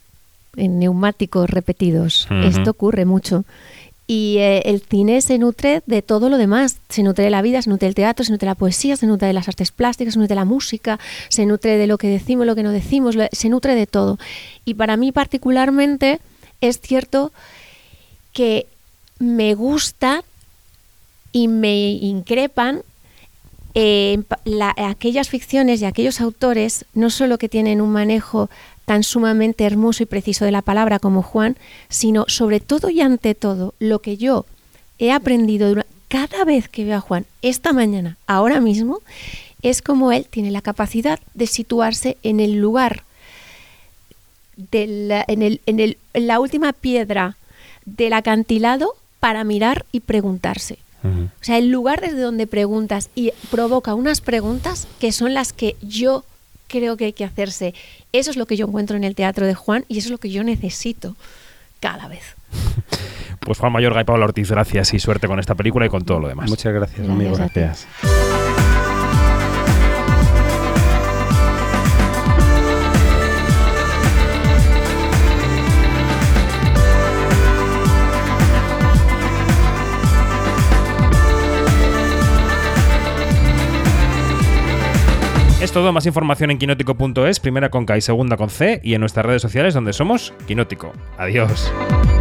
en neumáticos repetidos. Ujú. Esto ocurre mucho. Y el cine se nutre de todo lo demás. Se nutre de la vida, se nutre del teatro, se nutre de la poesía, se nutre de las artes plásticas, se nutre de la música, se nutre de lo que decimos, lo que no decimos, se nutre de todo. Y para mí particularmente es cierto que me gusta y me increpan aquellas ficciones y aquellos autores, no solo que tienen un manejo tan sumamente hermoso y preciso de la palabra como Juan, sino sobre todo y ante todo, lo que yo he aprendido cada vez que veo a Juan, esta mañana, ahora mismo, es como él tiene la capacidad de situarse en el lugar, en la última piedra del acantilado para mirar y preguntarse. O sea, el lugar desde donde preguntas y provoca unas preguntas que son las que yo creo que hay que hacerse. Eso es lo que yo encuentro en el teatro de Juan y eso es lo que yo necesito cada vez. Pues Juan Mayorga y Paula Ortiz, gracias y suerte con esta película y con todo lo demás. Muchas gracias, amigo. Gracias. Es todo, más información en quinótico.es, primera con K y segunda con C, y en nuestras redes sociales donde somos Quinótico. Adiós.